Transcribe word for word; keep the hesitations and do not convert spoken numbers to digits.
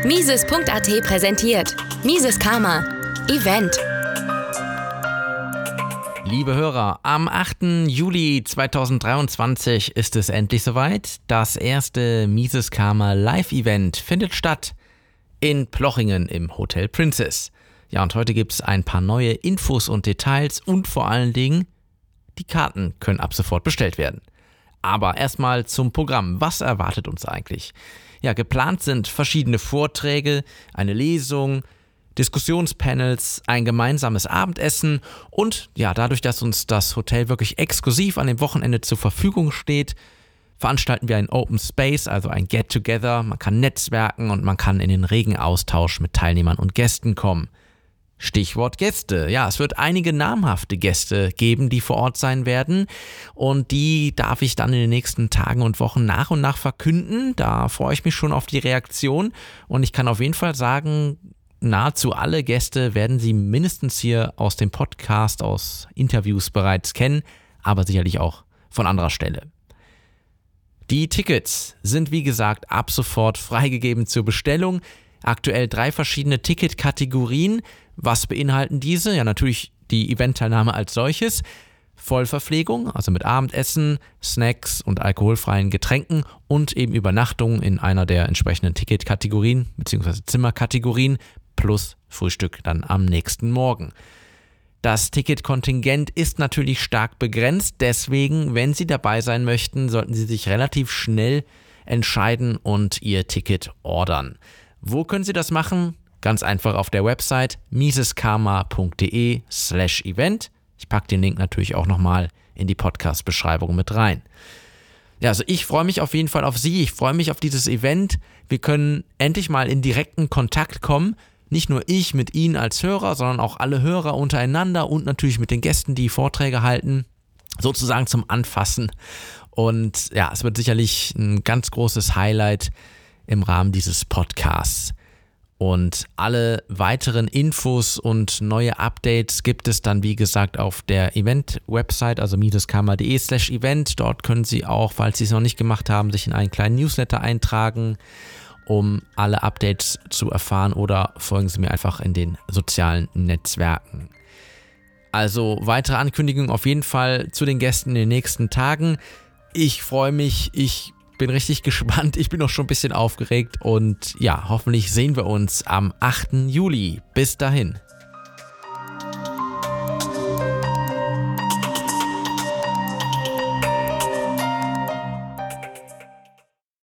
Mises Punkt A T präsentiert Mises Karma Event. Liebe Hörer, am achten Juli zweitausenddreiundzwanzig ist es endlich soweit. Das erste Mises Karma Live-Event findet statt in Plochingen im Hotel Princess. Ja, und heute gibt es ein paar neue Infos und Details und vor allen Dingen, die Karten können ab sofort bestellt werden. Aber erstmal zum Programm. Was erwartet uns eigentlich? Ja, geplant sind verschiedene Vorträge, eine Lesung, Diskussionspanels, ein gemeinsames Abendessen und ja, dadurch, dass uns das Hotel wirklich exklusiv an dem Wochenende zur Verfügung steht, veranstalten wir ein Open Space, also ein Get-Together. Man kann netzwerken und man kann in den regen Austausch mit Teilnehmern und Gästen kommen. Stichwort Gäste. Ja, es wird einige namhafte Gäste geben, die vor Ort sein werden und die darf ich dann in den nächsten Tagen und Wochen nach und nach verkünden. Da freue ich mich schon auf die Reaktion und ich kann auf jeden Fall sagen, nahezu alle Gäste werden Sie mindestens hier aus dem Podcast, aus Interviews bereits kennen, aber sicherlich auch von anderer Stelle. Die Tickets sind wie gesagt ab sofort freigegeben zur Bestellung. Aktuell drei verschiedene Ticketkategorien. Was beinhalten diese? Ja, natürlich die Eventteilnahme als solches, Vollverpflegung, also mit Abendessen, Snacks und alkoholfreien Getränken und eben Übernachtung in einer der entsprechenden Ticketkategorien bzw. Zimmerkategorien plus Frühstück dann am nächsten Morgen. Das Ticketkontingent ist natürlich stark begrenzt, deswegen, wenn Sie dabei sein möchten, sollten Sie sich relativ schnell entscheiden und Ihr Ticket ordern. Wo können Sie das machen? Ganz einfach auf der Website miseskarma.de slash event. Ich packe den Link natürlich auch nochmal in die Podcast-Beschreibung mit rein. Ja, also ich freue mich auf jeden Fall auf Sie. Ich freue mich auf dieses Event. Wir können endlich mal in direkten Kontakt kommen. Nicht nur ich mit Ihnen als Hörer, sondern auch alle Hörer untereinander und natürlich mit den Gästen, die Vorträge halten, sozusagen zum Anfassen. Und ja, es wird sicherlich ein ganz großes Highlight im Rahmen dieses Podcasts. Und alle weiteren Infos und neue Updates gibt es dann, wie gesagt, auf der Event-Website, also miseskarma.de slash event. Dort können Sie auch, falls Sie es noch nicht gemacht haben, sich in einen kleinen Newsletter eintragen, um alle Updates zu erfahren, oder folgen Sie mir einfach in den sozialen Netzwerken. Also weitere Ankündigungen auf jeden Fall zu den Gästen in den nächsten Tagen. Ich freue mich, ich bin richtig gespannt, ich bin auch schon ein bisschen aufgeregt und ja, hoffentlich sehen wir uns am achten Juli. Bis dahin.